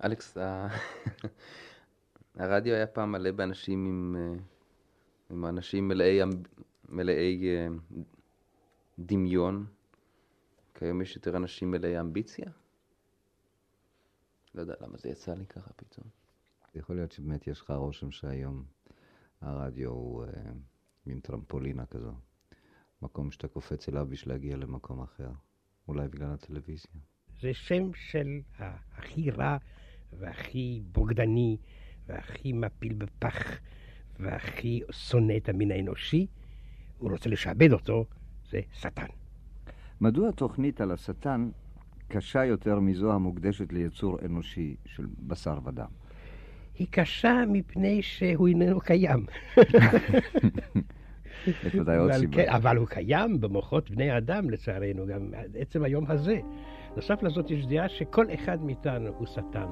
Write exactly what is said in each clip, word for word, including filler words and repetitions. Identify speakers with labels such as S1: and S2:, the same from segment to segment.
S1: אלכס, הרדיו היה פעם מלא באנשים עם, עם אנשים מלאי, מלאי דמיון. כיום יש יותר אנשים מלאי אמביציה. לא יודע למה זה יצא לי ככה פתאום.
S2: יכול להיות שבאמת יש לך רושם שהיום הרדיו הוא אה, מין טרמפולינה כזו. מקום שאתה קופץ אליו בשביל להגיע למקום אחר. אולי בגלל הטלוויזיה.
S3: זה שם של הכי רע והכי בוגדני והכי מפיל בפח והכי שונא את המין האנושי. הוא רוצה לשעבד אותו, זה שטן.
S2: מדוע התוכנית על השטן קשה יותר מזו המוקדשת ליצור אנושי של בשר ודם?
S3: היא קשה מפני שהוא איננו קיים.
S2: יש ודאי עוד סיבה.
S3: כן, אבל הוא קיים במוחות בני אדם לצערנו, גם עצם היום הזה. נוסף לזאת יש דעה שכל אחד מאיתנו הוא שטן.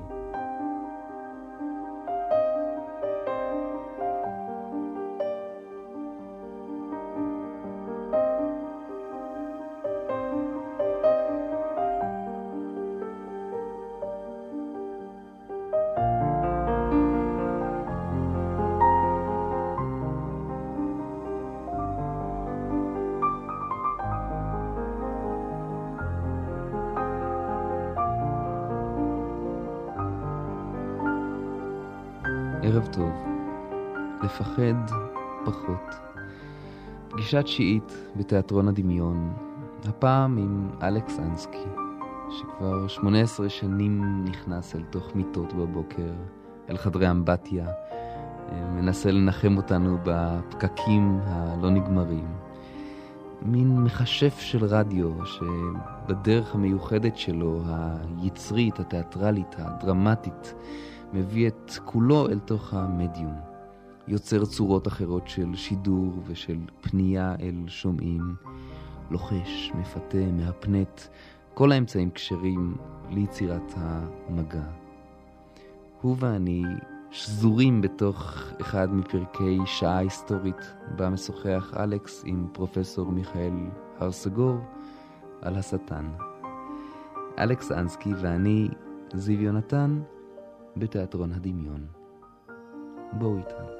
S1: ערב טוב. לפחד פחות. פגישה תשיעית בתיאטרון הדמיון, הפעם עם אלכס אנסקי, שכבר שמונה עשרה שנים נכנס אל תוך מיטות בבוקר, אל חדרי אמבטיה, מנסה לנחם אותנו בפקקים הלא נגמרים. מין מחשף של רדיו שבדרך המיוחדת שלו, היצרית, התיאטרלית, הדרמטית, מביא את כולו אל תוך המדיום. יוצר צורות אחרות של שידור ושל פנייה אל שומעים. לוחש, מפתה, מהפנט, כל האמצעים כשרים ליצירת המגע. הוא ואני שזורים בתוך אחד מפרקי שעה היסטורית, בה משוחח אלכס עם פרופסור מיכאל הרסגור על השטן. אלכס אנסקי ואני, זיו יונתן, בתיאטרון הדמיון. בואו איתנו.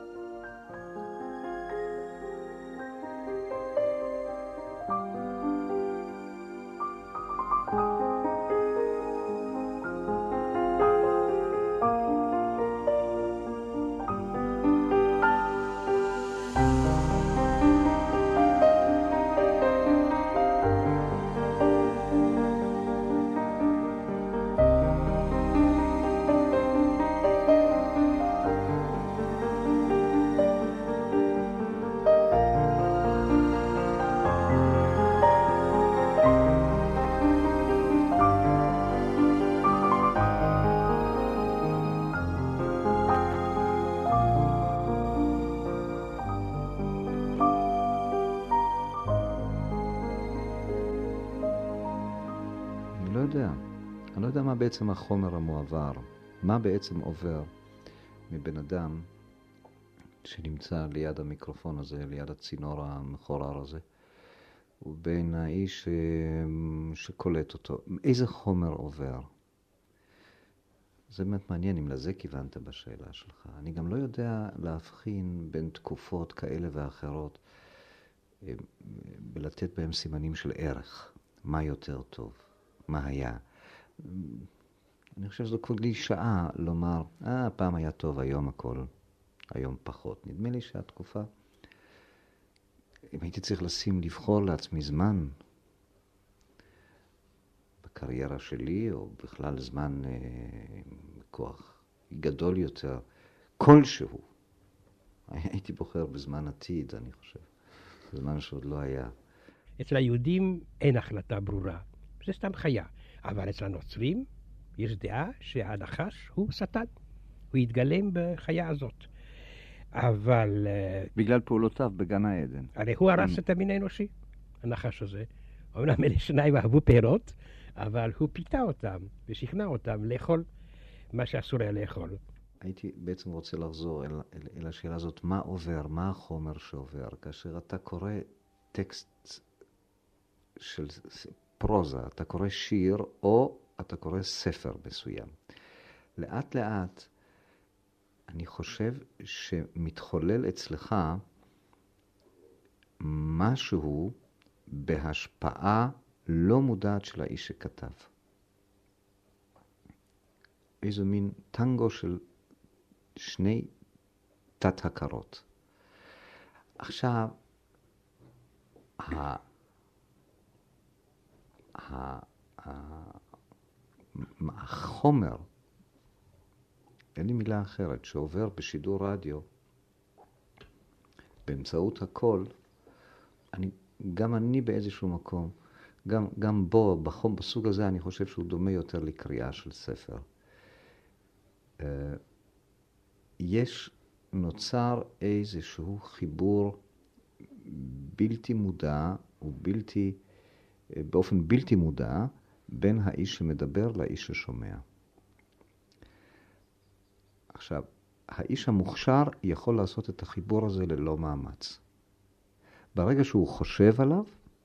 S2: אני לא יודע מה בעצם החומר המועבר, מה בעצם עובר מבן אדם שנמצא ליד המיקרופון הזה, ליד הצינור המחורר הזה, ובין האיש שקולט אותו. איזה חומר עובר? זה באמת מעניין אם לזה כיוונת בשאלה שלך. אני גם לא יודע להבחין בין תקופות כאלה ואחרות, ולתת בהם סימנים של ערך. מה יותר טוב? מה היה? אני חושב שזו כבר לי שעה לומר, אה, פעם היה טוב, היום הכל, היום פחות. נדמה לי שהתקופה, אם הייתי צריך לשים, לבחור לעצמי זמן, בקריירה שלי, או בכלל זמן אה, כוח גדול יותר, כלשהו, הייתי בוחר בזמן עתיד, אני חושב. בזמן שעוד לא היה.
S3: אצל היהודים אין החלטה ברורה. זה סתם חיה. אבל אצל הנוצרים יש דעה שהנחש הוא שטן. הוא יתגלם בחיה הזאת. אבל...
S2: בגלל פעולותיו בגן העדן.
S3: הרי הוא הרס את המין האנושי, הנחש הזה. אומנם אלה שניים אהבו פירות, אבל הוא פיתה אותם ושכנע אותם לאכול מה שאסור היה לאכול.
S2: הייתי בעצם רוצה לחזור אל, אל, אל השאלה הזאת, מה עובר, מה החומר שעובר, כאשר אתה קורא טקסט של פרוזה, אתה קורא שיר או אתה קורא ספר מסוים. לאט לאט אני חושב שמתחולל אצלך משהו בהשפעה לא מודעת של האיש שכתב. איזה מין טנגו של שני תת-הכרות. עכשיו, ה... ה... החומר, אין לי מילה אחרת, שעובר בשידור רדיו, באמצעות הקול, אני, גם אני באיזשהו מקום, גם, גם בו, בחום, בסוג הזה, אני חושב שהוא דומה יותר לקריאה של ספר. Uh, יש, נוצר איזשהו חיבור בלתי מודע, ובלתי, באופן בלתי מודע, בין האיש שמדבר לאיש ששומע. עכשיו, האיש המוכשר יכול לעשות את החיבור הזה ללא מאמץ. ברגע שהוא חושב עליו,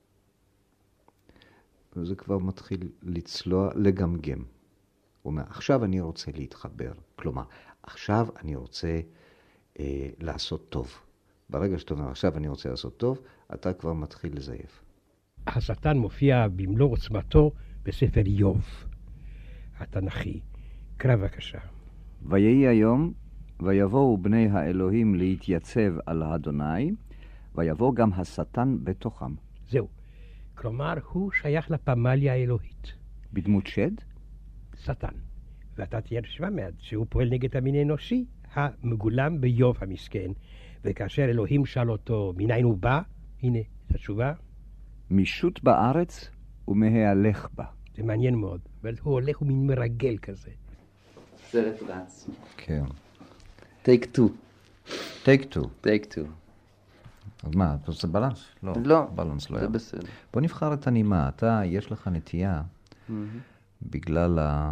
S2: זה כבר מתחיל לצלוע, לגמגם. הוא אומר, עכשיו אני רוצה להתחבר. כלומר, עכשיו אני רוצה אה, לעשות טוב. ברגע שאתה אומר, עכשיו אני רוצה לעשות טוב, אתה כבר מתחיל לזייף.
S3: השטן מופיע במלוא עוצמתו בספר איוב התנ"כי. קרא בבקשה.
S4: ויהי היום, ויבואו בני האלוהים להתייצב על אדוני, ויבוא גם השטן בתוכם.
S3: זהו. כלומר, הוא שייך לפמליה האלוהית.
S4: בדמות שד?
S3: שטן. ואתה תהיה תשמע מעט שהוא פועל נגד המין האנושי, המגולם באיוב המסכן. וכאשר אלוהים שאל אותו, מניין הוא בא? הנה, את התשובה.
S4: משוט בארץ ומהלך בה.
S3: זה מעניין מאוד, אבל הוא הולך ומין מרגל כזה.
S1: סרט רץ.
S2: כן.
S1: טייק טו.
S2: טייק טו.
S1: טייק טו.
S2: אז מה, אתה עושה בלנס? לא.
S1: לא.
S2: בלנס לא
S1: זה
S2: היה.
S1: בסדר.
S2: בוא נבחר את הנימה. אתה, יש לך נטייה, בגלל ה...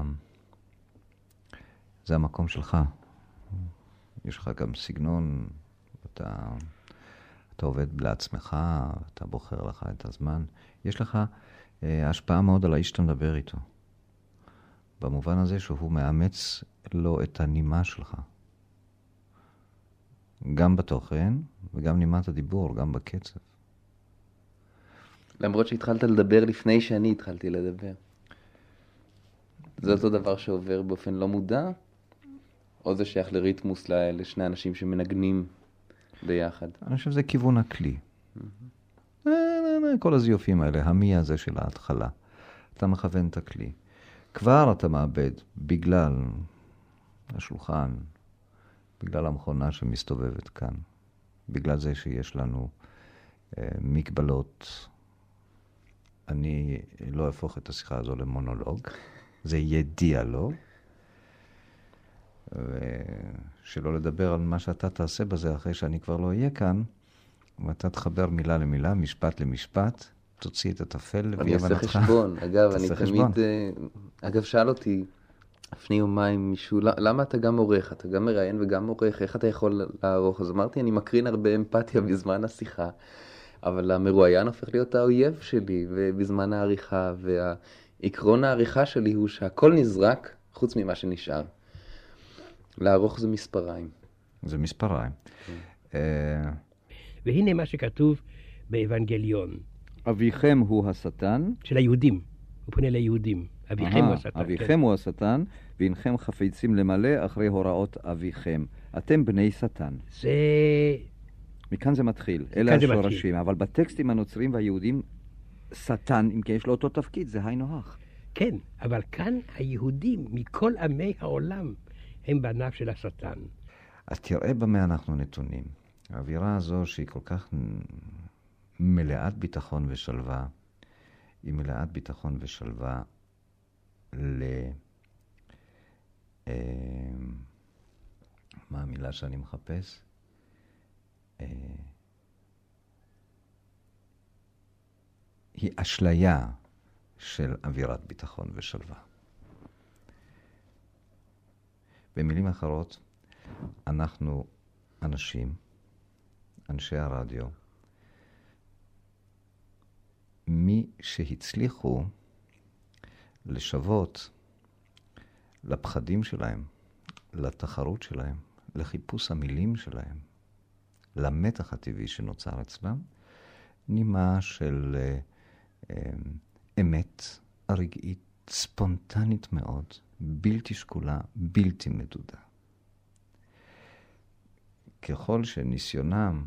S2: זה המקום שלך. יש לך גם סגנון, אתה, אתה עובד לעצמך, אתה בוחר לך את הזמן. יש לך אה, השפעה מאוד על האיש שאתה מדבר איתו. במובן הזה שהוא מאמץ לו את הנימה שלך. גם בתוכן וגם נימת הדיבור, גם בקצב.
S1: למרות שהתחלת לדבר לפני שאני התחלתי לדבר. זה אותו דבר שעובר באופן לא מודע? או זה שייך לריתמוס לשני אנשים שמנגנים ביחד?
S2: אני חושב שזה כיוון הכלי. כל הזיופים האלה, המי הזה של ההתחלה. אתה מכוון את הכלי. כבר אתה מאבד בגלל השולחן, בגלל המכונה שמסתובבת כאן, בגלל זה שיש לנו אה, מגבלות. אני לא אהפוך את השיחה הזו למונולוג, זה יהיה דיאלוג, ושלא לדבר על מה שאתה תעשה בזה אחרי שאני כבר לא אהיה כאן, ואתה תחבר מילה למילה, משפט למשפט, תוציא את התפל.
S1: אני עושה חשבון, אגב, אני תמיד, אגב, שאל אותי, לפני יומיים מישהו, למה אתה גם עורך? אתה גם מראיין וגם עורך, איך אתה יכול לערוך? אז אמרתי, אני מקרין הרבה אמפתיה בזמן השיחה, אבל המרואיין הופך להיות האויב שלי, ובזמן העריכה, והעקרון העריכה שלי הוא שהכל נזרק, חוץ ממה שנשאר. לערוך זה מספריים.
S2: זה מספריים.
S3: והנה מה שכתוב באבנגליון.
S4: אביכם הוא השטן.
S3: של היהודים. הוא פונה ליהודים. אביכם הוא השטן.
S4: אביכם הוא השטן, והנכם חפצים למלא אחרי הוראות אביכם. אתם בני שטן.
S3: זה...
S4: מכאן זה מתחיל. אלה השורשים. אבל בטקסטים הנוצרים והיהודים, שטן, אם כן יש לו אותו תפקיד, זה היינו הך.
S3: כן, אבל כאן היהודים מכל עמי העולם הם בניו של השטן.
S2: אז תראה במה אנחנו נתונים. האווירה הזו שהיא כל כך מלאת ביטחון ושלווה, היא מלאת ביטחון ושלווה ל... אה, מה המילה שאני מחפש? אה, היא אשליה של אווירת ביטחון ושלווה. במילים אחרות, אנחנו אנשים, אנשי הרדיו, מי שהצליחו לשוות לפחדים שלהם לתחרות שלהם, לחיפוש המילים שלהם, למתח הטבעי שנוצר אצלם, נימה של אה, אה, אמת הרגעית, ספונטנית מאוד, בלתי שקולה, בלתי מדודה. ככל שניסיונם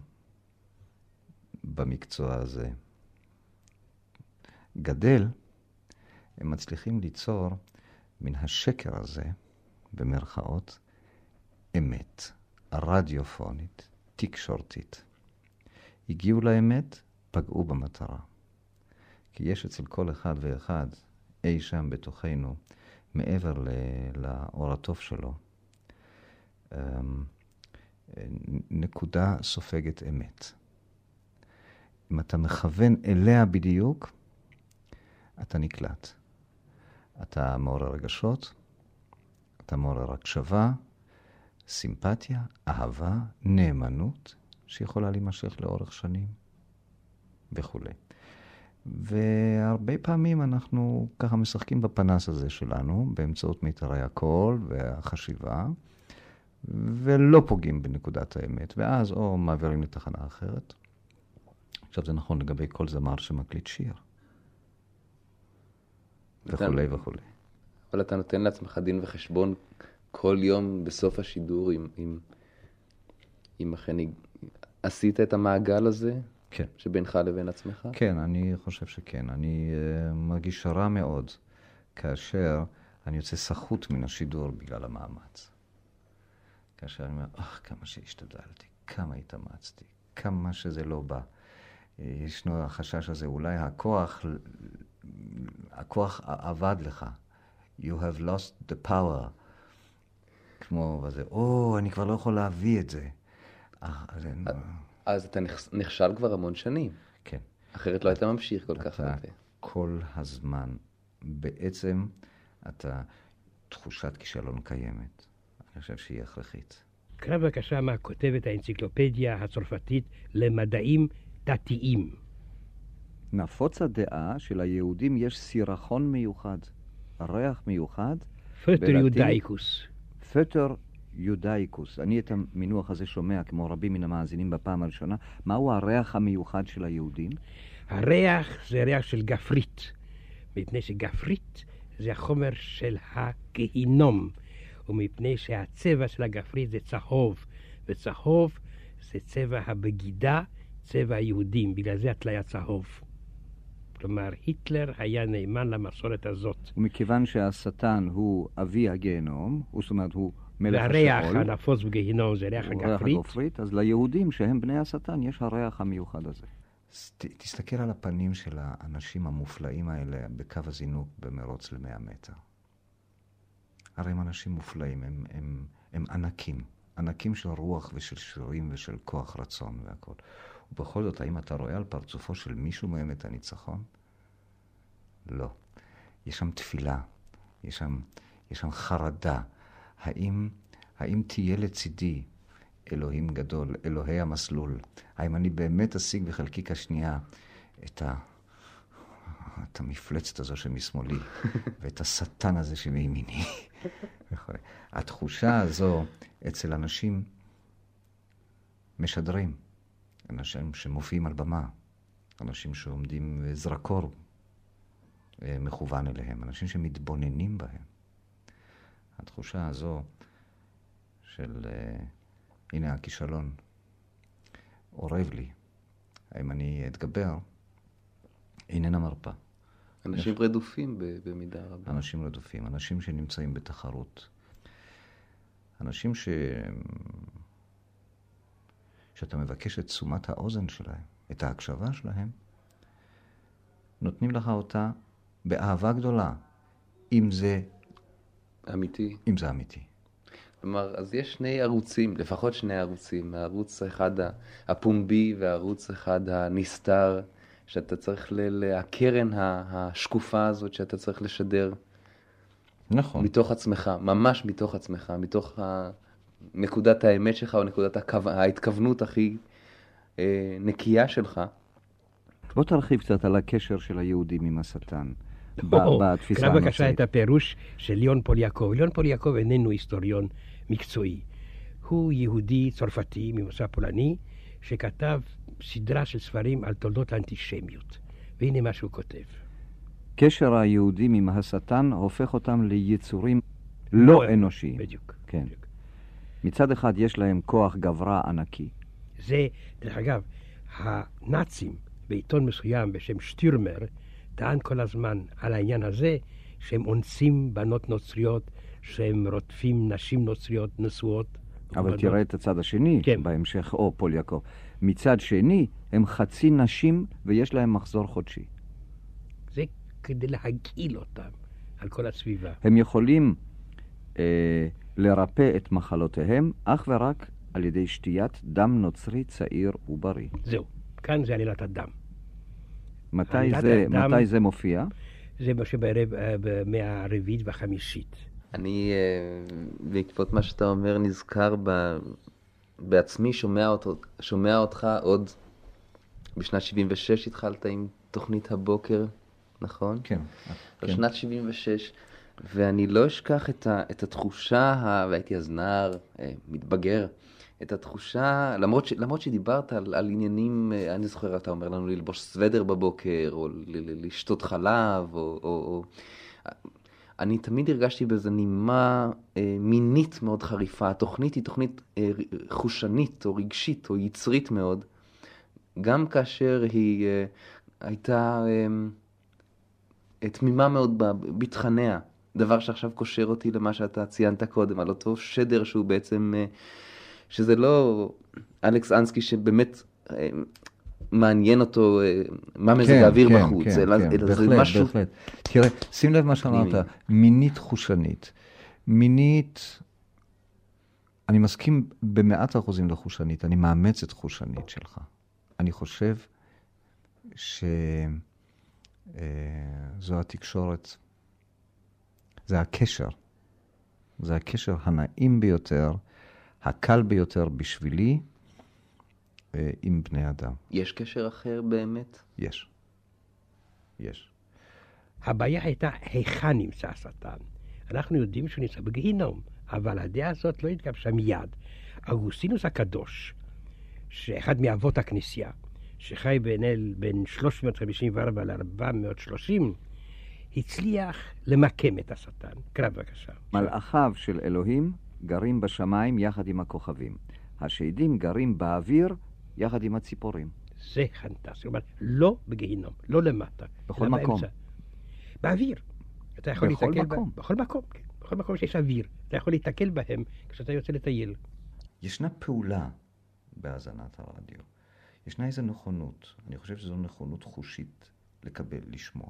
S2: במקצוע הזה גדל, הם מצליחים ליצור מן השקר הזה, במרכאות, אמת, רדיופונית, תקשורתית. הגיעו לאמת, פגעו במטרה. כי יש אצל כל אחד ואחד, אי שם בתוכנו, מעבר לאור הטוב שלו, נקודה סופגת אמת. אם אתה מכוון אליה בדיוק, אתה נקלט. אתה מעורר רגשות, אתה מעורר הקשבה, סימפתיה, אהבה, נאמנות, שיכולה להימשך לאורך שנים, וכו'. והרבה פעמים אנחנו ככה משחקים בפנס הזה שלנו, באמצעות מיתרי הקול והחשיבה, ולא פוגעים בנקודת האמת, ואז או מעבירים לתחנה אחרת. עכשיו זה נכון לגבי כל זמר שמקליט שיר. וכולי וכולי.
S1: אבל אתה נותן לעצמך דין וחשבון כל יום בסוף השידור, אם, אם, אם אכן עשית את המעגל הזה?
S2: כן.
S1: שבינך לבין עצמך?
S2: כן, אני חושב שכן. אני uh, מרגיש רע מאוד כאשר אני יוצא סחוט מן השידור בגלל המאמץ. כאשר אני אומר, אך, כמה שהשתדלתי, כמה התאמצתי, כמה שזה לא בא. ישנו החשש הזה, אולי הכוח, הכוח עבד לך. You have lost the power. כמו וזה, או, אני כבר לא יכול להביא את זה.
S1: אז אתה נכשל כבר המון שנים.
S2: כן.
S1: אחרת לא היית ממשיך כל כך.
S2: אתה כל הזמן, בעצם, אתה, תחושת כישלון קיימת. אני חושב שהיא הכרחית.
S3: קרא בבקשה מה כותבת האנציקלופדיה הצרפתית למדעים דתיים.
S4: נפוץ הדעה שליהודים יש סירחון מיוחד, ריח מיוחד.
S3: פטר יודאיקוס.
S4: פטר יודאיקוס. אני את המינוח הזה שומע כמו רבים מן המאזינים בפעם הראשונה. מהו הריח המיוחד של היהודים?
S3: הריח זה ריח של גפרית, מפני שגפרית זה החומר של הגהינום, ומפני שהצבע של הגפרית זה צהוב, וצהוב זה צבע הבגידה, צבע היהודים, בגלל זה התליה צהוב. כלומר, היטלר היה נאמן למסורת הזאת.
S4: ומכיוון שהשטן הוא אבי הגיהנום, זאת אומרת, הוא מלך השאול.
S3: והריח הנפוץ בגיהנום זה ריח הגפרית.
S4: הגפרית, אז ליהודים שהם בני השטן יש הריח המיוחד הזה.
S2: ת, תסתכל על הפנים של האנשים המופלאים האלה בקו הזינוק במרוץ למאה מטר. הרי הם אנשים מופלאים, הם, הם, הם ענקים. ענקים של רוח ושל שירים ושל כוח רצון והכל. ובכל זאת, האם אתה רואה על פרצופו של מישהו מהם את הניצחון? לא. יש שם תפילה, יש שם, יש שם חרדה. האם, האם תהיה לצידי אלוהים גדול, אלוהי המסלול? האם אני באמת אשיג בחלקיק השנייה את, ה, את המפלצת הזו שמשמאלי ואת השטן הזה שמימיני? התחושה הזו אצל אנשים משדרים. אנשים שמופיעים על במה, אנשים שעומדים זרקור מכוון אליהם, אנשים שמתבוננים בהם. התחושה הזו של, uh, הנה הכישלון, עורב לי. האם אני אתגבר? איננה מרפה.
S1: אנשים יש... רדופים במידה רבה.
S2: אנשים רדופים, אנשים שנמצאים בתחרות. אנשים ש... שאתה מבקש את תשומת האוזן שלהם, את ההקשבה שלהם, נותנים לך אותה באהבה גדולה, אם זה
S1: אמיתי.
S2: אם זה אמיתי.
S1: כלומר, אז יש שני ערוצים, לפחות שני ערוצים, הערוץ אחד הפומבי והערוץ אחד הנסתר, שאתה צריך, הקרן השקופה הזאת שאתה צריך לשדר.
S2: נכון.
S1: מתוך עצמך, ממש מתוך עצמך, מתוך נקודת האמת שלך, או נקודת ההתכוונות הכי אה, נקייה שלך.
S4: בוא תרחיב קצת על הקשר של היהודים עם השטן. בתפיסה
S3: קרא בבקשה
S4: הנוצרית.
S3: את הפירוש של ליאון פול יעקב. ליאון פול יעקב איננו היסטוריון מקצועי. הוא יהודי צרפתי ממוצא פולני, שכתב סדרה של ספרים על תולדות האנטישמיות. והנה מה שהוא כותב.
S4: קשר היהודים עם השטן הופך אותם ליצורים לא אנושיים.
S3: בדיוק.
S4: כן.
S3: בדיוק.
S4: מצד אחד יש להם כוח גברה ענקי.
S3: זה, דרך אגב, הנאצים בעיתון מסוים בשם שטירמר, טען כל הזמן על העניין הזה, שהם אונסים בנות נוצריות, שהם רודפים נשים נוצריות נשואות.
S4: אבל
S3: ובנות.
S4: תראה את הצד השני,
S3: כן.
S4: בהמשך, או פול יעקב. מצד שני, הם חצי נשים ויש להם מחזור חודשי.
S3: זה כדי להגעיל אותם על כל הסביבה.
S4: הם יכולים אה, לרפא את מחלותיהם אך ורק על ידי שתיית דם נוצרי צעיר ובריא.
S3: זהו, כאן זה עלילת הדם.
S4: מתי
S3: עלילת
S4: זה,
S3: הדם-
S4: מתי זה מופיע?
S3: זה מה שבערב אה, במאה הרביעית והחמישית.
S1: אני, אה, בעקבות מה שאתה אומר, נזכר ב... בעצמי, שומע, אותו, שומע אותך עוד בשנת שבעים ושש התחלת עם תוכנית הבוקר, נכון?
S2: כן.
S1: בשנת שבעים ושש, ואני לא אשכח את, ה, את התחושה, ה, והייתי אז נער, אה, מתבגר, את התחושה, למרות, ש, למרות שדיברת על, על עניינים, אה, אני זוכר, אתה אומר לנו ללבוש סוודר בבוקר, או ל, ל, לשתות חלב, או... או, או אני תמיד הרגשתי באיזו נימה אה, מינית מאוד חריפה. התוכנית היא תוכנית אה, חושנית, או רגשית, או יצרית מאוד, גם כאשר היא אה, הייתה אה, תמימה מאוד בתכניה. דבר שעכשיו קושר אותי למה שאתה ציינת קודם, על אותו שדר שהוא בעצם, אה, שזה לא אלכס אנסקי שבאמת אה, מעניין אותו אה, מה מזג
S2: כן,
S1: האוויר
S2: כן,
S1: בחוץ,
S2: כן,
S1: אלא,
S2: כן,
S1: אלא
S2: בהחלט,
S1: זה משהו...
S2: בהחלט. תראה, שים לב מה שאמרת, מינית חושנית. מינית, אני מסכים במאת אחוזים לחושנית, אני מאמץ את חושנית שלך. אני חושב שזו התקשורת, זה הקשר. זה הקשר הנעים ביותר, הקל ביותר בשבילי, עם בני אדם.
S1: יש קשר אחר באמת?
S2: יש. יש.
S3: הבעיה הייתה היכן נמצא השטן. אנחנו יודעים שהוא נמצא בגיהינום, אבל הדעה הזאת לא התגבשה מיד. אוגוסטינוס הקדוש, שאחד מאבות הכנסייה, שחי בין, אל, בין שלוש מאות חמישים וארבע ל-ארבע מאות ושלושים, הצליח למקם את השטן. קרא בבקשה.
S4: מלאכיו של אלוהים גרים בשמיים יחד עם הכוכבים. השדים גרים באוויר יחד עם הציפורים.
S3: זה פנטסטי. כלומר, לא בגיהינום, לא למטה.
S4: בכל
S3: אלא
S4: מקום.
S3: באמצע. באוויר. אתה יכול
S4: בכל
S3: להתקל
S4: מקום.
S3: בה, בכל מקום, כן. בכל מקום שיש אוויר. אתה יכול להתקל בהם כשאתה יוצא לטייל.
S2: ישנה פעולה בהאזנת הרדיו. ישנה איזו נכונות. אני חושב שזו נכונות חושית לקבל, לשמוע.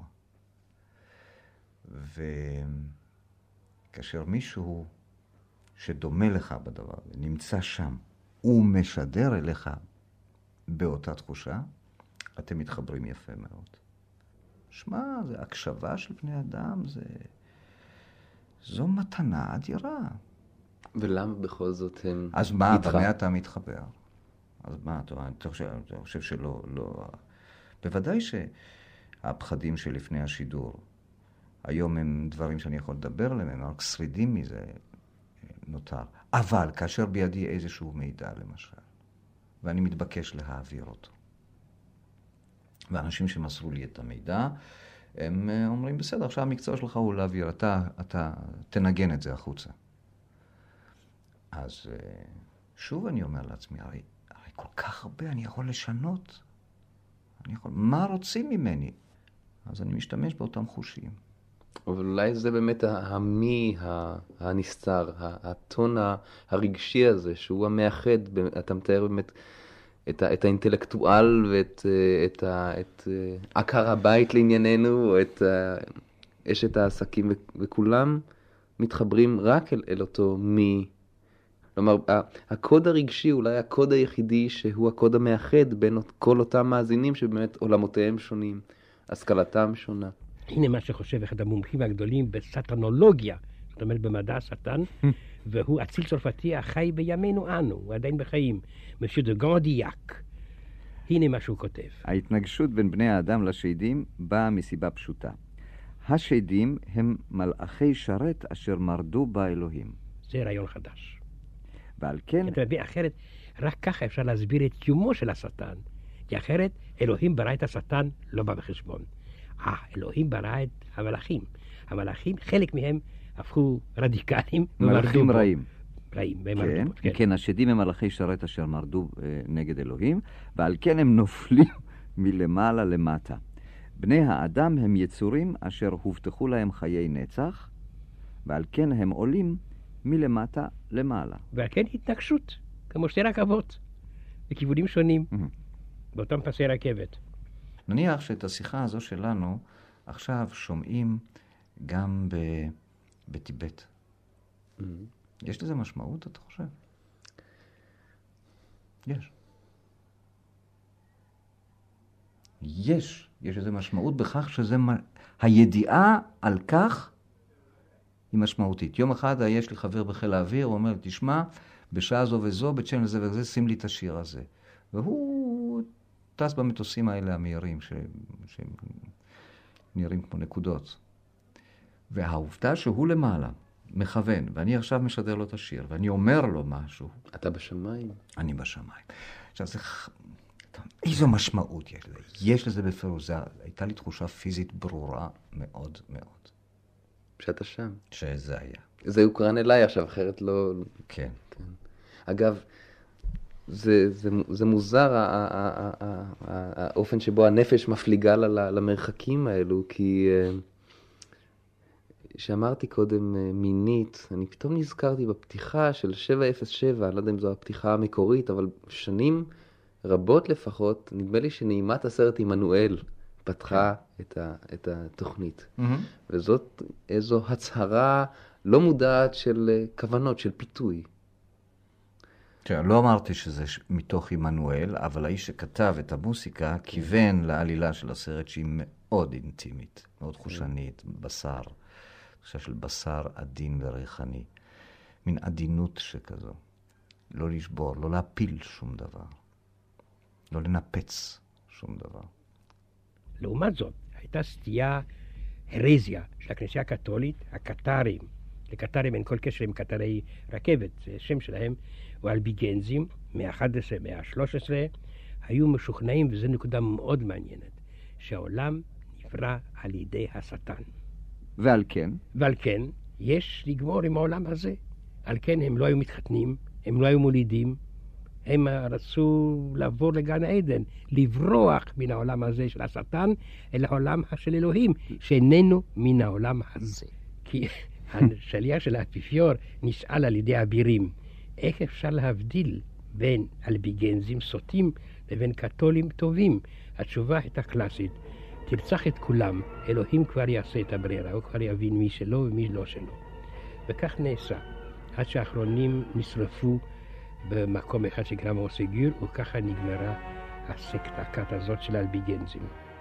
S2: וכאשר מישהו שדומה לך בדבר, נמצא שם, הוא משדר אליך באותה תחושה, אתם מתחברים יפה מאוד. שמע, זה הקשבה של בני אדם, זה... זו מתנה אדירה.
S1: ולמה בכל זאת הם
S2: אז מה,
S1: איתך?
S2: במה אתה מתחבר? אז מה, אתה, אתה, חושב, אתה חושב שלא... לא... בוודאי שהפחדים שלפני השידור, היום הם דברים שאני יכול לדבר עליהם, הם רק שרידים מזה נותר. אבל כאשר בידי איזשהו מידע, למשל, ואני מתבקש להעביר אותו, ואנשים שמסרו לי את המידע, הם אומרים, בסדר, עכשיו המקצוע שלך הוא להעביר, אתה, אתה תנגן את זה החוצה. אז שוב אני אומר לעצמי, הרי, הרי כל כך הרבה אני יכול לשנות. אני יכול, מה רוצים ממני? אז אני משתמש באותם חושים.
S1: אבל אולי זה באמת המי הנסתר, הטון הרגשי הזה, שהוא המאחד, אתה מתאר באמת את, את האינטלקטואל ואת את, את עקר הבית לענייננו, את אשת העסקים, וכולם מתחברים רק אל, אל אותו מי. כלומר, הקוד הרגשי אולי הקוד היחידי שהוא הקוד המאחד בין כל אותם מאזינים שבאמת עולמותיהם שונים, השכלתם שונה.
S3: הנה מה שחושב אחד המומחים הגדולים בסטנולוגיה, זאת אומרת במדע השטן, והוא אציל צרפתי החי בימינו אנו, הוא עדיין בחיים, משה דה גנדיאק. הנה מה שהוא כותב.
S4: ההתנגשות בין בני האדם לשדים באה מסיבה פשוטה. השדים הם מלאכי שרת אשר מרדו באלוהים.
S3: זה רעיון חדש.
S4: ועל כן...
S3: אתה מבין, אחרת, רק ככה אפשר להסביר את קיומו של השטן. כי אחרת, אלוהים ברא את השטן, לא בא בחשבון. אה, אלוהים ברא את המלאכים. המלאכים, חלק מהם הפכו רדיקליים.
S4: מלאכים רעים.
S3: רעים,
S4: כן,
S3: כן.
S4: כן. כן, השדים הם מלאכי שרת אשר מרדו אה, נגד אלוהים, ועל כן הם נופלים מלמעלה למטה. בני האדם הם יצורים אשר הובטחו להם חיי נצח, ועל כן הם עולים מלמטה למעלה.
S3: ועל כן התנגשות, כמו שתי רכבות, בכיוונים שונים,
S4: Mm-hmm.
S3: באותם פסי רכבת.
S2: נניח שאת השיחה הזו שלנו עכשיו שומעים גם ב... בטיבט.
S1: Mm-hmm.
S2: יש לזה משמעות, אתה חושב? יש. יש. יש איזו משמעות בכך שזה... הידיעה על כך היא משמעותית. יום אחד יש לי חבר בחיל האוויר, הוא אומר, תשמע, בשעה זו וזו, בצ'אנל זה וזה, שים לי את השיר הזה. והוא טס במטוסים האלה המהירים, ש... שנראים כמו נקודות. והעובדה שהוא למעלה, מכוון, ואני עכשיו משדר לו את השיר, ואני אומר לו משהו.
S1: אתה בשמיים.
S2: אני בשמיים. עכשיו, זה... איזו משמעות יש לזה? יש לזה בפירוש. הייתה לי תחושה פיזית ברורה מאוד מאוד.
S1: שאתה שם.
S2: שזה היה.
S1: זה הוקרן אליי עכשיו, אחרת לא...
S2: כן.
S1: כן. אגב, זה, זה, זה מוזר האופן שבו הנפש מפליגה למרחקים האלו, כי שאמרתי קודם מינית, אני פתאום נזכרתי בפתיחה של שבע אפס שבע, אני לא יודע אם זו הפתיחה המקורית, אבל שנים רבות לפחות, נדמה לי שנעימת הסרט עמנואל פתחה את, ה, את התוכנית. Mm-hmm. וזאת איזו הצהרה לא מודעת של כוונות, של פיתוי.
S2: כן, לא אמרתי שזה מתוך עמנואל, אבל האיש שכתב את המוסיקה כיוון לעלילה של הסרט שהיא מאוד אינטימית, מאוד חושנית, בשר, תחושה של בשר עדין וריחני, מין עדינות שכזו. לא לשבור, לא להפיל שום דבר, לא לנפץ שום דבר.
S3: לעומת זאת, הייתה סטייה, הרזיה של הכנסייה הקתולית, הקטרים. לקטרים אין כל קשר עם קטרי רכבת, זה שם שלהם, והאלביגנזים, מאה-אחת עשרה, מאה-שלוש עשרה, היו משוכנעים, וזו נקודה מאוד מעניינת, שהעולם נברא על ידי השטן.
S4: ועל כן?
S3: ועל כן, יש לגמור עם העולם הזה. על כן הם לא היו מתחתנים, הם לא היו מולידים, הם רצו לעבור לגן העדן, לברוח מן העולם הזה של השטן, אל העולם של אלוהים, שאיננו מן העולם הזה. כי השליח של האפיפיור נשאל על ידי אבירים, איך אפשר להבדיל בין אלביגנזים סוטים לבין קתולים טובים? התשובה הייתה קלאסית, תרצח את כולם, אלוהים כבר יעשה את הברירה, הוא כבר יבין מי שלו ומי לא שלו. וכך נעשה, עד שהאחרונים נשרפו במקום אחד שנקרא מוסגור, וככה נגמרה הסקטה הכת הזאת של האלביגנזים.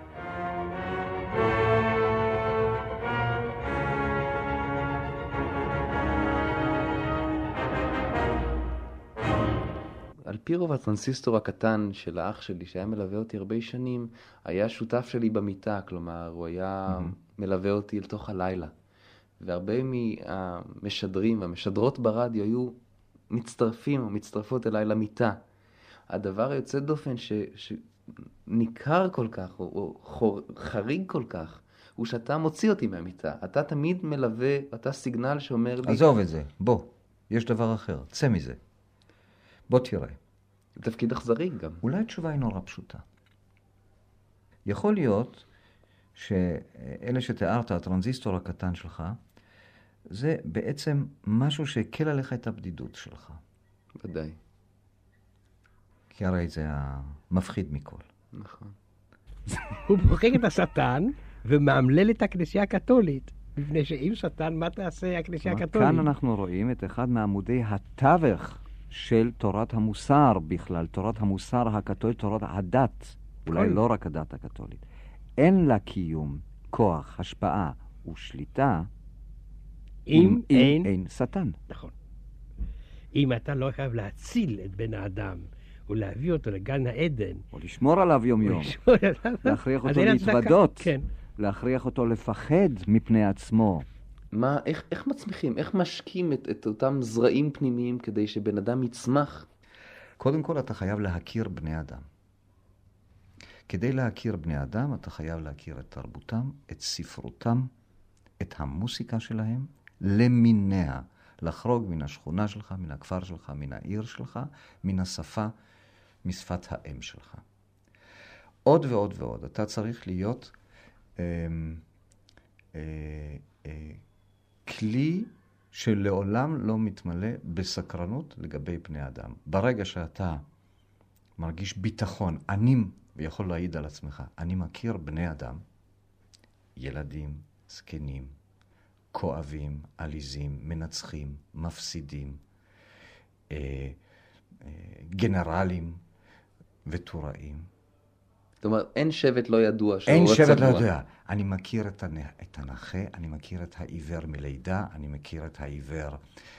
S1: על פי רוב הטרנסיסטור הקטן של האח שלי, שהיה מלווה אותי הרבה שנים, היה שותף שלי במיטה, כלומר, הוא היה mm-hmm. מלווה אותי לתוך הלילה. והרבה מהמשדרים והמשדרות ברדיו היו מצטרפים או מצטרפות אליי למיטה. הדבר היוצא דופן ש, שניכר כל כך, או, או חור, חריג כל כך, הוא שאתה מוציא אותי מהמיטה. אתה תמיד מלווה, אתה סיגנל שאומר לי...
S2: עזוב את זה, בוא, יש דבר אחר, צא מזה. בוא תראה.
S1: תפקיד אכזרי גם.
S2: אולי התשובה היא נורא פשוטה. יכול להיות שאלה שתיארת, הטרנזיסטור הקטן שלך, זה בעצם משהו שהקל עליך את הבדידות שלך.
S1: ודאי.
S2: כי הרי זה המפחיד מכל.
S1: נכון.
S3: הוא מוחק את השטן ומאמלל את הכנסייה הקתולית. מפני שאם שטן, מה תעשה הכנסייה הקתולית?
S4: כאן אנחנו רואים את אחד מעמודי התווך של תורת המוסר בכלל, תורת המוסר הקתולית, תורת הדת, אולי לא רק הדת הקתולית. אין לה קיום, כוח, השפעה ושליטה,
S3: אם אין...
S4: אין שטן.
S3: נכון. אם אתה לא חייב להציל את בן האדם, ולהביא אותו לגן העדן,
S4: או לשמור עליו יום יום,
S3: לשמור עליו,
S4: להכריח אותו להתוודות,
S3: כן.
S4: להכריח אותו לפחד מפני עצמו.
S1: מה, איך, איך מצמיחים, איך משקים את, את אותם זרעים פנימיים כדי שבן אדם יצמח?
S2: קודם כל אתה חייב להכיר בני אדם. כדי להכיר בני אדם אתה חייב להכיר את תרבותם, את ספרותם, את המוסיקה שלהם, למיניה. לחרוג מן השכונה שלך, מן הכפר שלך, מן העיר שלך, מן השפה, משפת האם שלך. עוד ועוד ועוד. אתה צריך להיות אה, אה, אה, כלי שלעולם לא מתמלא בסקרנות לגבי בני אדם. ברגע שאתה מרגיש ביטחון, אני ויכול להעיד על עצמך, אני מכיר בני אדם, ילדים, זקנים, כואבים, עליזים, מנצחים, מפסידים, אה, אה, גנרלים וטוראים.
S1: זאת אומרת, אין שבט לא ידוע.
S2: אין שבט לא ידוע. אני מכיר את, הנ... את הנכה, אני מכיר את העיוור מלידה, אני מכיר את העיוור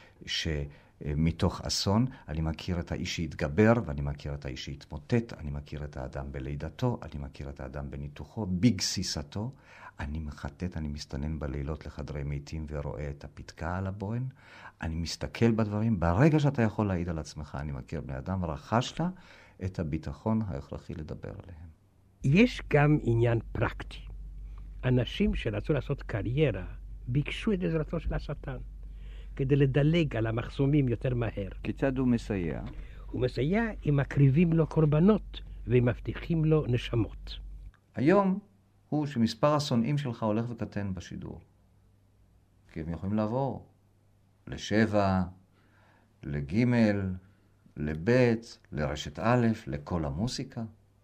S2: שמתוך אסון, אני מכיר את האיש שהתגבר, ואני מכיר את האיש שהתמוטט, אני מכיר את האדם בלידתו, אני מכיר את האדם בניתוחו, בגסיסתו. אני מחטט, אני מסתנן בלילות לחדרי מתים ורואה את הפתקה על הבוהן. אני מסתכל בדברים. ברגע שאתה יכול להעיד על עצמך, אני מכיר בני אדם, רכשת את הביטחון ההכרחי לדבר עליהם.
S3: יש גם עניין פרקטי. אנשים שרצו לעשות קריירה ביקשו את עזרתו של השטן, כדי לדלג על המחסומים יותר מהר.
S4: כיצד הוא מסייע?
S3: הוא מסייע אם מקריבים לו קורבנות ומבטיחים לו נשמות.
S2: היום הוא שמספר השונאים שלך הולך וקטן בשידור. כי הם יכולים לעבור לשבע, לגימל, לבית, לרשת א', לכל המוסיקה.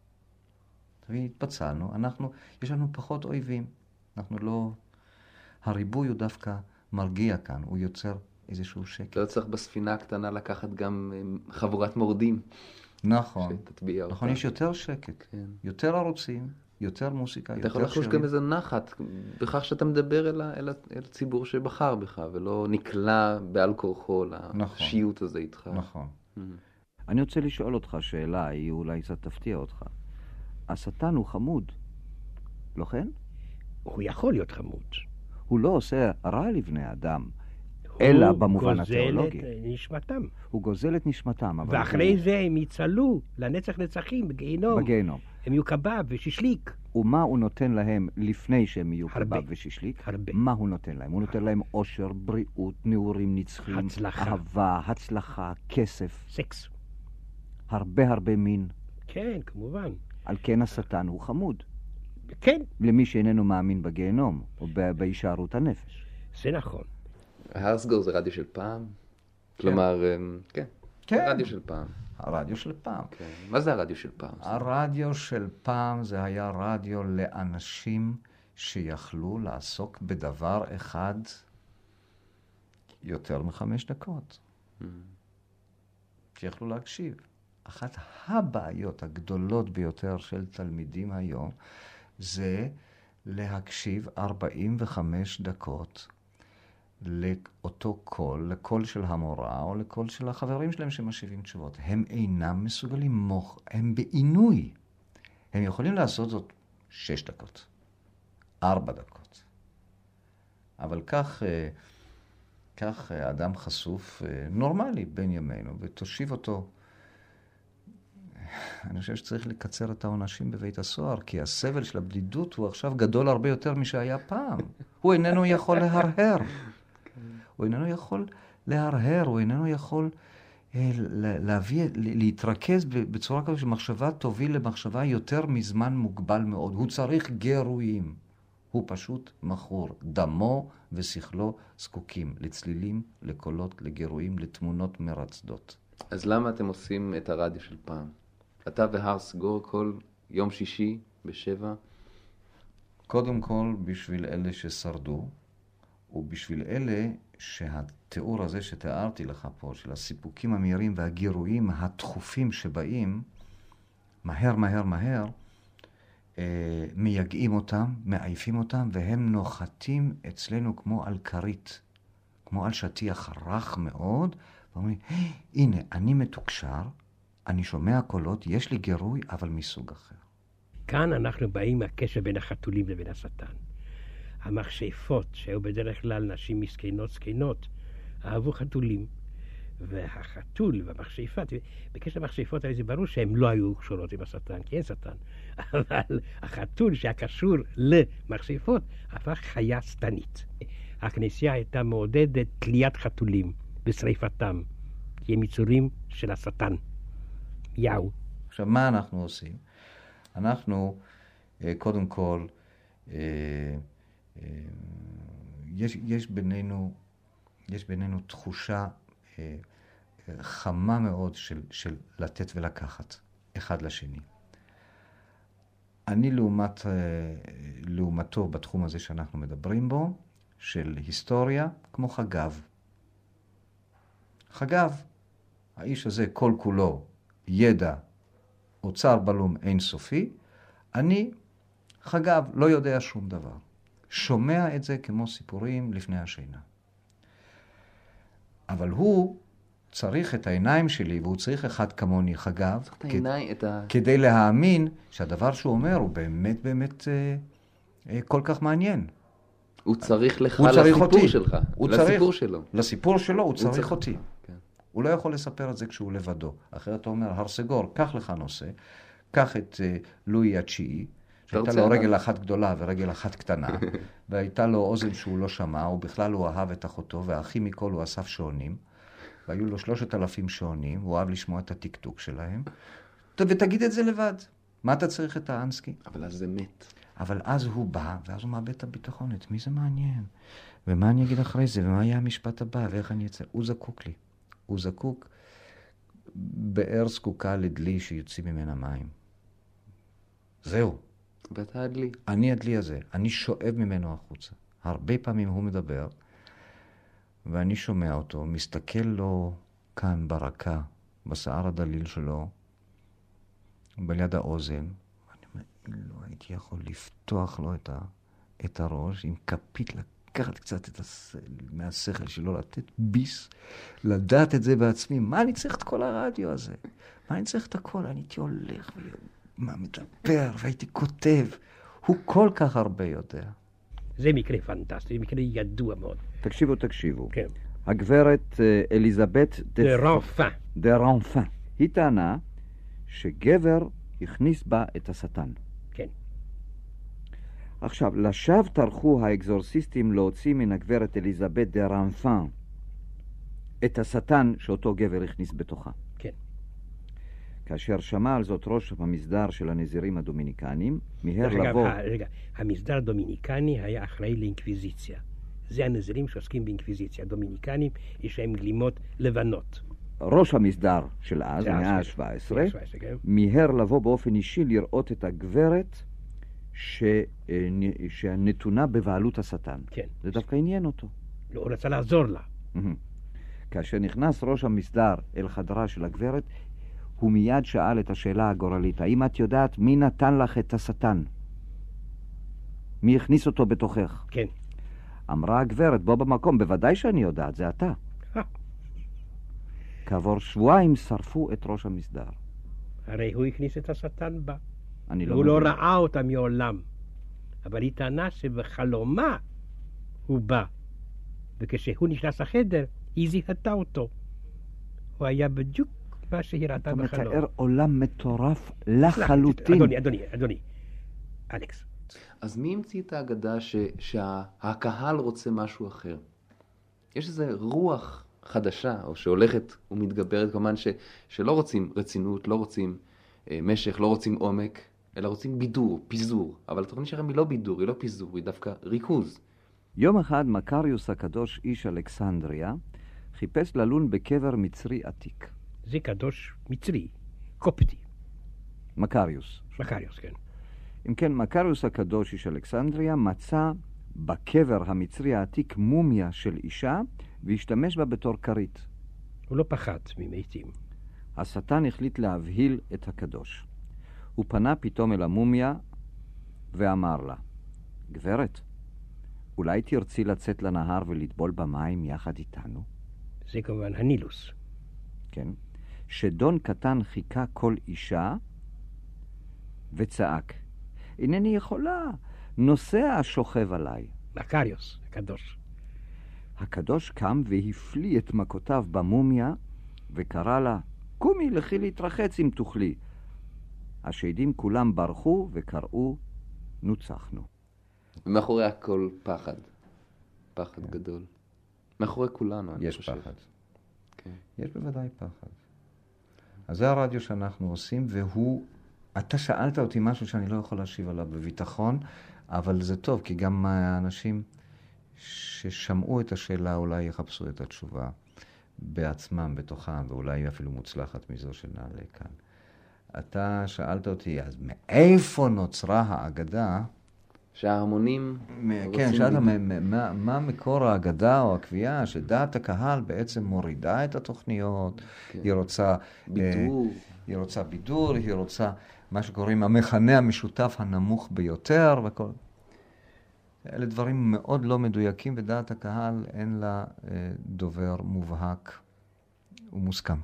S2: והתפצלנו, אנחנו, יש לנו פחות אויבים. אנחנו לא, הריבוי הוא דווקא מרגיע כאן, הוא יוצר איזשהו שקט.
S1: לא צריך בספינה הקטנה לקחת גם חבורת מורדים.
S2: נכון,
S1: שתטביע
S2: נכון,
S1: אותה.
S2: יש יותר שקט,
S1: כן.
S2: יותר ערוצים, יותר מוסיקה,
S1: אתה יכול
S2: יותר
S1: לחוש
S2: שירים.
S1: גם איזה נחת, בכך שאתה מדבר אל, ה- אל, ה- אל הציבור שבחר בך, ולא נקלע בעל כורחו לשיוט הזה איתך.
S2: נכון.
S4: אני רוצה לשאול אותך שאלה, היא אולי קצת תפתיע אותך. השטן הוא חמוד, לא כן?
S3: הוא יכול להיות חמוד.
S4: הוא לא עושה רע לבני אדם, אלא במובן התיאולוגי.
S3: הוא גוזל את נשמתם.
S4: הוא גוזל את נשמתם, אבל
S3: ואחרי
S4: הוא...
S3: זה הם יצלו לנצח נצחים בגיהינום.
S4: בגיהינום.
S3: הם יהיו קבב וששליק.
S4: ומה הוא נותן להם לפני שהם יהיו
S3: הרבה.
S4: קבב וששליק?
S3: הרבה.
S4: מה הוא נותן להם? הוא נותן להם עושר, בריאות, נעורים נצחים,
S3: הצלחה.
S4: אהבה, הצלחה, כסף,
S3: סקס.
S4: הרבה הרבה מין.
S3: כן, כמובן.
S4: על כן השטן הוא חמוד.
S3: כן,
S4: למי שאיננו מאמין בגיהנום, או ב- בהישארות הנפש.
S3: זה נכון.
S1: הרסגור זה רדיו של פעם? כלומר, כן,
S2: כן.
S1: רדיו של פעם.
S2: הרדיו של פעם.
S1: כן. מה זה הרדיו של פעם?
S2: הרדיו של פעם זה היה רדיו לאנשים שיכלו לעסוק בדבר אחד יותר מחמש דקות. שיכלו להקשיב. אחת הבעיות הגדולות ביותר של תלמידים היום זה להקשיב ארבעים וחמש דקות לאותו קול, לקול של המורה או לקול של החברים שלהם שמשיבים תשובות. הם אינם מסוגלים מוח, הם בעינוי. הם יכולים לעשות זאת שש דקות, ארבע דקות. אבל כך, כך אדם חשוף נורמלי בין ימינו, ותושיב אותו. אני חושב שצריך לקצר את העונשים בבית הסוהר, כי הסבל של הבדידות הוא עכשיו גדול הרבה יותר משהיה פעם. הוא איננו יכול להרהר. הוא איננו יכול להרהר, הוא איננו יכול אה, להביא, להתרכז בצורה כזו שמחשבה תוביל למחשבה יותר מזמן מוגבל מאוד. הוא צריך גירויים. הוא פשוט מכור. דמו ושכלו זקוקים לצלילים, לקולות, לגירויים, לתמונות מרצדות.
S1: אז למה אתם עושים את הרדיו של פעם? אתה והרסגור כל יום שישי בשבע?
S2: קודם כל בשביל אלה ששרדו, ובשביל אלה שהתיאור הזה שתיארתי לך פה, של הסיפוקים המהירים והגירויים התכופים שבאים, מהר מהר מהר, אה, מייגעים אותם, מעייפים אותם, והם נוחתים אצלנו כמו על כרית, כמו על שטיח רך מאוד, ואומרים, הנה, אני מתוקשר, אני שומע קולות, יש לי גירוי, אבל מסוג אחר.
S3: כאן אנחנו באים מהקשר בין החתולים לבין השטן. המכשפות, שהיו בדרך כלל נשים מסכנות זקנות, אהבו חתולים. והחתול והמכשפה, בקשר למכשפות האלה זה ברור שהם לא היו קשורות עם השטן, כי אין שטן. אבל החתול שהיה קשור למכשפות הפך חיה שטנית. הכנסייה הייתה מעודדת תליית חתולים ושריפתם, כי הם יצורים של השטן. יאו.
S2: עכשיו, מה אנחנו עושים? אנחנו, קודם כל, יש, יש בינינו, יש בינינו תחושה חמה מאוד של, של לתת ולקחת אחד לשני. אני לעומת, לעומתו בתחום הזה שאנחנו מדברים בו, של היסטוריה, כמו חגב. חגב, האיש הזה כל כולו ידע, אוצר בלום אינסופי, אני, חגב, לא יודע שום דבר. שומע את זה כמו סיפורים לפני השינה. אבל הוא צריך את העיניים שלי, והוא צריך אחד כמוני, חגב, כד... העיניים, את ה... כדי להאמין שהדבר שהוא אומר הוא באמת באמת אה, אה, כל כך מעניין.
S1: הוא צריך לך
S2: הוא צריך
S1: לסיפור
S2: אותי.
S1: שלך,
S2: הוא
S1: לסיפור
S2: צריך,
S1: שלו.
S2: לסיפור שלו הוא, הוא צריך,
S1: צריך
S2: אותי.
S1: כן.
S2: הוא לא יכול לספר את זה כשהוא לבדו. אחרת אתה אומר, הרסגור, קח לך נושא, קח את אה, לואי התשיעי, שהייתה לו רגל אחת גדולה ורגל אחת קטנה, והייתה לו אוזן שהוא לא שמע, ובכלל הוא אהב את אחותו, והכי מכל הוא אסף שעונים, והיו לו שלושת אלפים שעונים, הוא אהב לשמוע את הטיקטוק שלהם, ותגיד את זה לבד. מה אתה צריך את האנסקי?
S1: אבל אז זה מת.
S2: אבל אז הוא בא, ואז הוא מאבד את הביטחון, את מי זה מעניין? ומה אני אגיד אחרי זה? ומה יהיה המשפט הבא? ואיך אני אצא? הוא זקוק לי. הוא זקוק, באר זקוקה לדלי שיוצאים ממנה מים. זהו.
S1: ואתה הדלי.
S2: אני הדלי הזה. אני שואב ממנו החוצה. הרבה פעמים הוא מדבר, ואני שומע אותו, מסתכל לו כאן ברקה, בשיער הדליל שלו, בליד האוזן. אני אומר, לא הייתי יכול לפתוח לו את, ה, את הראש, עם כפית לקחת קצת את הס... מהשכל שלו, לתת ביס, לדעת את זה בעצמי. מה אני צריך את כל הרדיו הזה? מה אני צריך את הכל? אני הייתי הולך ומה מדבר, והייתי כותב. הוא כל כך הרבה יודע.
S3: זה מקרה פנטסטי, מקרה ידוע מאוד.
S4: תקשיבו, תקשיבו.
S3: כן.
S4: הגברת אליזבת
S3: דה רנפין.
S4: דה רנפין. היא טענה שגבר הכניס בה את השטן.
S3: כן.
S4: עכשיו, לשווא טרחו האקזורסיסטים להוציא מן הגברת אליזבת דה רנפין את השטן שאותו גבר הכניס בתוכה.
S3: כן.
S4: כאשר שמע על זאת ראש המסדר של הנזירים הדומיניקנים, מיהר
S3: רגע,
S4: לבוא...
S3: רגע, המסדר הדומיניקני היה אחראי לאינקוויזיציה. זה הנזירים שעוסקים באינקוויזיציה. הדומיניקנים יש להם גלימות לבנות.
S4: ראש המסדר של אז, המאה ה-שבע עשרה,
S3: כן.
S4: מיהר לבוא באופן אישי לראות את הגברת ש... שנתונה בבעלות השטן.
S3: כן.
S4: זה דווקא עניין אותו.
S3: לא, הוא רצה לעזור לה.
S4: כאשר נכנס ראש המסדר אל חדרה של הגברת, הוא מיד שאל את השאלה הגורלית, האם את יודעת מי נתן לך את השטן? מי הכניס אותו בתוכך?
S3: כן.
S4: אמרה הגברת, בוא במקום, בוודאי שאני יודעת, זה אתה. כעבור שבועיים שרפו את ראש המסדר.
S3: הרי הוא הכניס את השטן בה.
S4: אני לא
S3: הוא
S4: מבין.
S3: לא ראה אותה מעולם. אבל היא טענה שבחלומה הוא בא. וכשהוא נכנס לחדר, היא זיהתה אותו. הוא היה בדיוק מה שהיא ראתה בחלום.
S4: אתה מתאר עולם מטורף לחלוטין.
S3: אדוני, אדוני, אדוני. אלכס.
S1: אז מי המציא את האגדה ש... שהקהל רוצה משהו אחר? יש איזו רוח חדשה, או שהולכת ומתגברת, כמובן ש... שלא רוצים רצינות, לא רוצים אה, משך, לא רוצים עומק, אלא רוצים בידור, פיזור. אבל התוכנית שלכם היא לא בידור, היא לא פיזור, היא דווקא ריכוז.
S4: יום אחד מקריוס הקדוש, איש אלכסנדריה, חיפש ללון בקבר מצרי עתיק.
S3: זה קדוש מצרי, קופטי.
S4: מקריוס.
S3: מקריוס, כן.
S4: אם כן, מקריוס הקדוש, איש אלכסנדריה, מצא בקבר המצרי העתיק מומיה של אישה, והשתמש בה בתור כרית.
S3: הוא לא פחד ממתים.
S4: השטן החליט להבהיל את הקדוש. הוא פנה פתאום אל המומיה ואמר לה, גברת, אולי תרצי לצאת לנהר ולטבול במים יחד איתנו?
S3: זה כמובן הנילוס.
S4: כן. שדון קטן חיכה כל אישה וצעק, אינני יכולה. נוסע שוכב עליי.
S3: מקריוס, הקדוש.
S4: הקדוש קם והפליא את מכותיו במומיה, וקרא לה, קומי, לכי להתרחץ אם תוכלי. השדים כולם ברחו וקראו, נוצחנו.
S1: ומאחורי הכל פחד. פחד כן. גדול. מאחורי כולנו, אני
S2: יש
S1: חושב.
S2: פחד.
S1: כן.
S2: יש בוודאי פחד. אז זה הרדיו שאנחנו עושים, והוא... אתה שאלת אותי משהו שאני לא יכול להשיב עליו בביטחון, אבל זה טוב, כי גם האנשים ששמעו את השאלה אולי יחפשו את התשובה בעצמם, בתוכם, ואולי אפילו מוצלחת מזו שנעלה כאן. אתה שאלת אותי, אז מאיפה נוצרה האגדה?
S1: שההמונים...
S2: כן, שאלת, מה, מה, מה מקור האגדה או הקביעה שדעת הקהל בעצם מורידה את התוכניות, כן. היא רוצה...
S1: בידור.
S2: אה, היא רוצה בידור, היא רוצה מה שקוראים המכנה המשותף הנמוך ביותר, וכל... אלה דברים מאוד לא מדויקים, ודעת הקהל אין לה אה, דובר מובהק ומוסכם.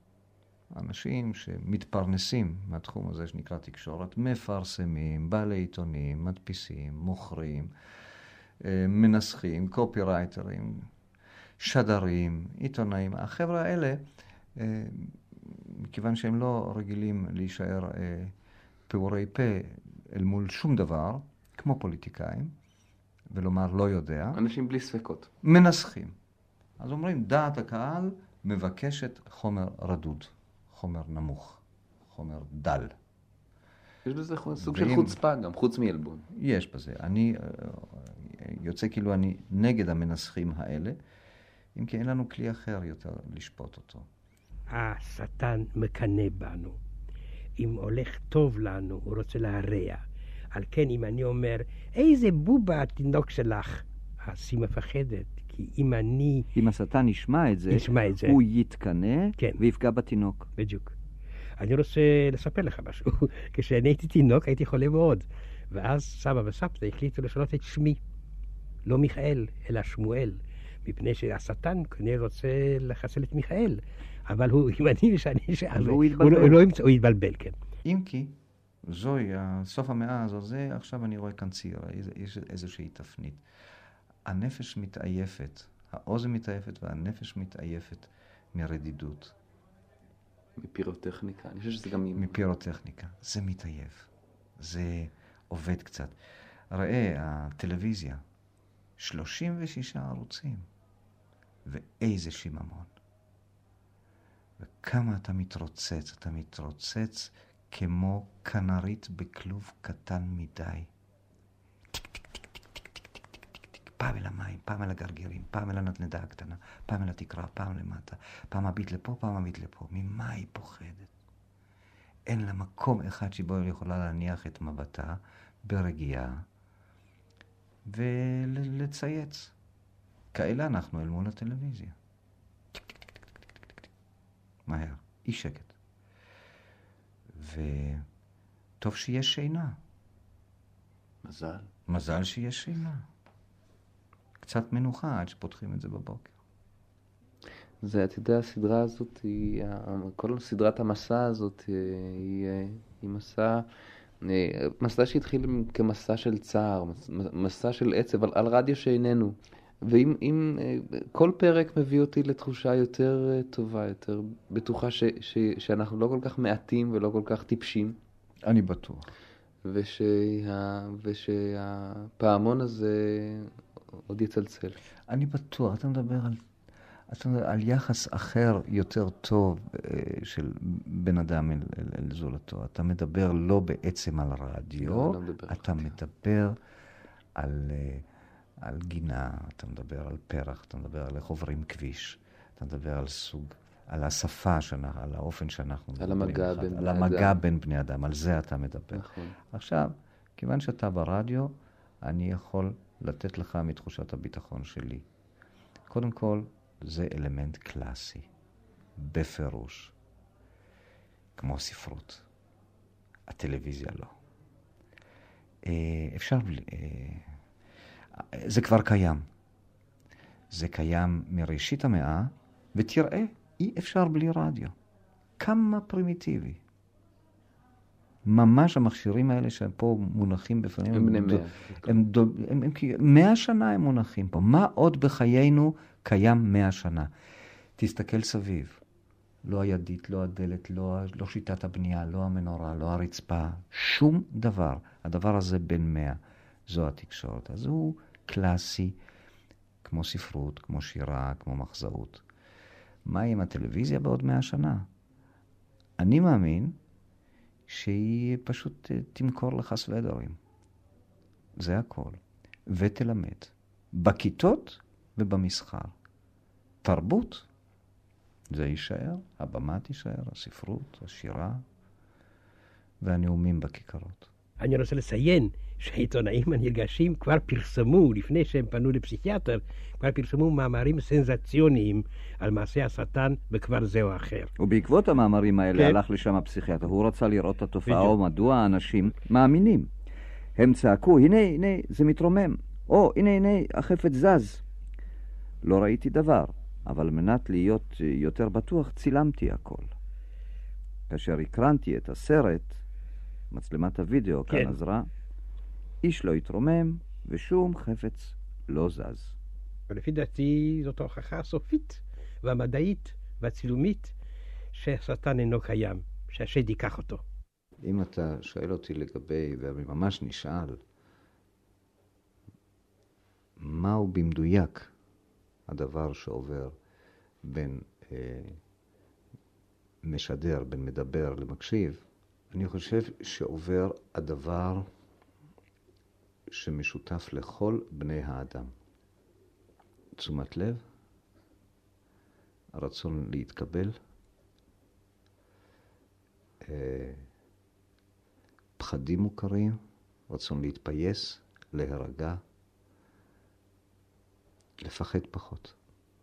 S2: אנשים שמתפרנסים מהתחום הזה שנקרא תקשורת, מפרסמים, בעלי עיתונים, מדפיסים, מוכרים, אה, מנסחים, קופירייטרים, שדרים, עיתונאים. החבר'ה האלה, אה, מכיוון שהם לא רגילים להישאר אה, פעורי פה אל מול שום דבר, כמו פוליטיקאים, ולומר לא יודע.
S1: אנשים בלי ספקות.
S2: מנסחים. אז אומרים, דעת הקהל מבקשת חומר רדוד, חומר נמוך, חומר דל.
S1: יש בזה סוג של חוצפה גם, חוץ מילבון.
S2: יש בזה. אני יוצא כאילו אני נגד המנסחים האלה, אם כי אין לנו כלי אחר יותר לשפוט אותו.
S3: השטן מקנה בנו. אם הולך טוב לנו, הוא רוצה להרע. על כן, אם אני אומר, איזה בובה התינוק שלך, אז היא מפחדת. כי אם אני...
S4: אם השטן ישמע את זה,
S3: ישמע את זה.
S4: הוא יתקנה
S3: כן.
S4: ויפגע בתינוק.
S3: בדיוק. אני רוצה לספר לך משהו. כשאני הייתי תינוק, הייתי חולה מאוד. ואז סבא וסבתא החליטו לשנות את שמי. לא מיכאל, אלא שמואל. מפני שהשטן כנראה רוצה לחסל את מיכאל. אבל הוא, אם אני ושאני...
S4: אז הוא יתבלבל.
S3: הוא לא ימצא, הוא יתבלבל, כן.
S2: אם כי, זוהי, סוף המאה הזו, זה עכשיו אני רואה כאן ציר, יש איזושהי תפנית. הנפש מתעייפת, האוזן מתעייפת והנפש מתעייפת מרדידות.
S1: מפירוטכניקה, אני חושב שזה גם...
S2: מפירוטכניקה, זה מתעייף, זה עובד קצת. ראה, הטלוויזיה, שלושים ושישה ערוצים, ואיזה שיממון. וכמה אתה מתרוצץ, אתה מתרוצץ כמו כנרית בכלוב קטן מדי. פעם אל המים, פעם אל הגרגירים, פעם אל הנדנדה הקטנה, פעם אל התקרה, פעם למטה, פעם הביט לפה, פעם הביט לפה. ממה היא פוחדת? אין לה מקום אחד שבו היא יכולה להניח את מבטה ברגיעה ולצייץ. כאלה אנחנו אל מול הטלוויזיה. מהר, אי שקט. וטוב שיש שינה.
S1: מזל.
S2: מזל שיש שינה. קצת מנוחה עד שפותחים את זה בבוקר.
S1: זה, אתה יודע, הסדרה הזאת, היא, כל סדרת המסע הזאת, היא, היא מסע, מסע שהתחיל כמסע של צער, מסע של עצב, על, על רדיו שאיננו. ואם אם, כל פרק מביא אותי לתחושה יותר טובה, יותר בטוחה ש, ש, שאנחנו לא כל כך מעטים ולא כל כך טיפשים.
S2: אני בטוח.
S1: ושה, ושהפעמון הזה עוד יצלצל.
S2: אני בטוח, אתה מדבר על, אתה מדבר על יחס אחר יותר טוב של בן אדם אל, אל, אל זולתו. אתה מדבר לא בעצם על רדיו,
S1: לא, לא מדבר
S2: אתה
S1: על
S2: מדבר על... על גינה, אתה מדבר על פרח, אתה מדבר על איך עוברים כביש, אתה מדבר על סוג, על השפה, שאנחנו, על האופן שאנחנו
S1: על המגע בין
S2: על המגע בין בני אדם, על זה אתה מדבר.
S1: נכון.
S2: עכשיו, כיוון שאתה ברדיו, אני יכול לתת לך מתחושת הביטחון שלי. קודם כל, זה אלמנט קלאסי, בפירוש, כמו ספרות. הטלוויזיה לא. אפשר... זה כבר קיים. זה קיים מראשית המאה, ותראה, אי אפשר בלי רדיו. כמה פרימיטיבי. ממש המכשירים האלה שפה מונחים בפנינו.
S1: הם בני מאה.
S2: הם, הם, הם, הם, מאה שנה הם מונחים פה. מה עוד בחיינו קיים מאה שנה? תסתכל סביב. לא הידית, לא הדלת, לא, לא שיטת הבנייה, לא המנורה, לא הרצפה. שום דבר. הדבר הזה בין מאה. זו התקשורת. אז הוא קלאסי, כמו ספרות, כמו שירה, כמו מחזאות. מה עם הטלוויזיה בעוד מאה שנה? אני מאמין שהיא פשוט תמכור לך סוודרים. זה הכל. ותלמד. בכיתות ובמסחר. תרבות, זה יישאר, הבמה תישאר, הספרות, השירה, והנאומים בכיכרות.
S3: אני רוצה לציין שהעיתונאים הנרגשים כבר פרסמו, לפני שהם פנו לפסיכיאטר, כבר פרסמו מאמרים סנסציוניים על מעשה השטן וכבר זה או אחר.
S4: ובעקבות המאמרים האלה
S3: כן.
S4: הלך לשם הפסיכיאטר. הוא רצה לראות את התופעה, או מדוע האנשים מאמינים. הם צעקו, הנה, הנה, זה מתרומם. או, הנה, הנה, החפץ זז. לא ראיתי דבר, אבל מנת להיות יותר בטוח, צילמתי הכל. כאשר הקרנתי את הסרט, מצלמת הוידאו
S3: כן.
S4: כאן עזרה, איש לא התרומם ושום חפץ לא זז.
S3: ולפי דעתי זאת ההוכחה הסופית והמדעית והצילומית שהשטן אינו קיים, שהשד ייקח אותו.
S2: אם אתה שואל אותי לגבי, ואני ממש נשאל, מהו במדויק הדבר שעובר בין אה, משדר, בין מדבר למקשיב, אני חושב שעובר הדבר שמשותף לכל בני האדם. תשומת לב, הרצון להתקבל, אה, פחדים מוכרים, רצון להתפייס, להירגע, לפחד פחות.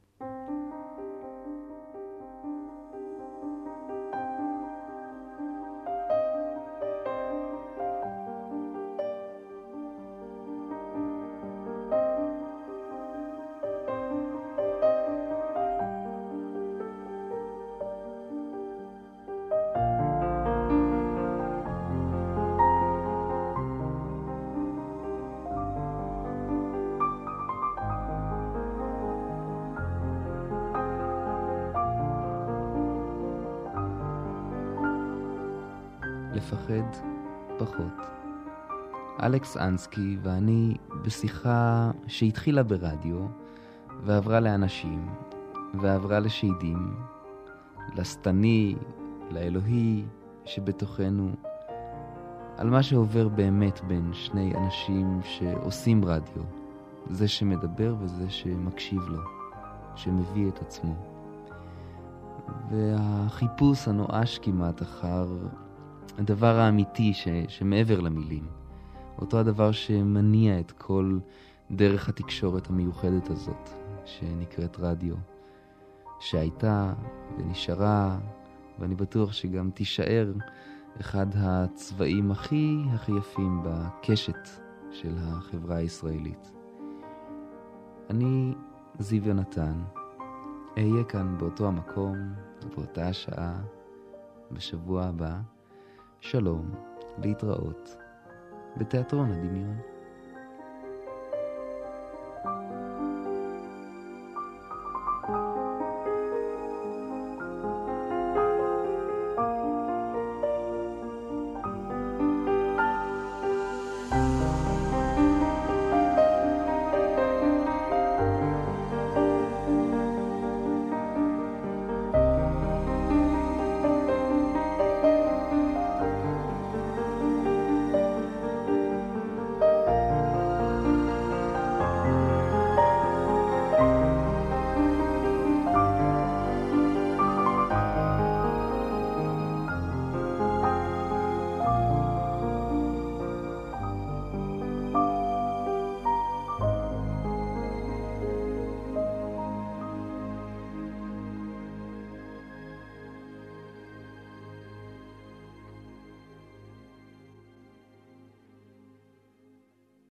S1: לפחד פחות. אלכס אנסקי ואני בשיחה שהתחילה ברדיו ועברה לאנשים ועברה לשיידים, לשטני, לאלוהי שבתוכנו, על מה שעובר באמת בין שני אנשים שעושים רדיו, זה שמדבר וזה שמקשיב לו, שמביא את עצמו. והחיפוש הנואש כמעט אחר הדבר האמיתי ש, שמעבר למילים, אותו הדבר שמניע את כל דרך התקשורת המיוחדת הזאת שנקראת רדיו, שהייתה ונשארה, ואני בטוח שגם תישאר אחד הצבעים הכי הכי יפים בקשת של החברה הישראלית. אני זיו יונתן, אהיה כאן באותו המקום, באותה השעה, בשבוע הבא. שלום, להתראות בתיאטרון הדמיון.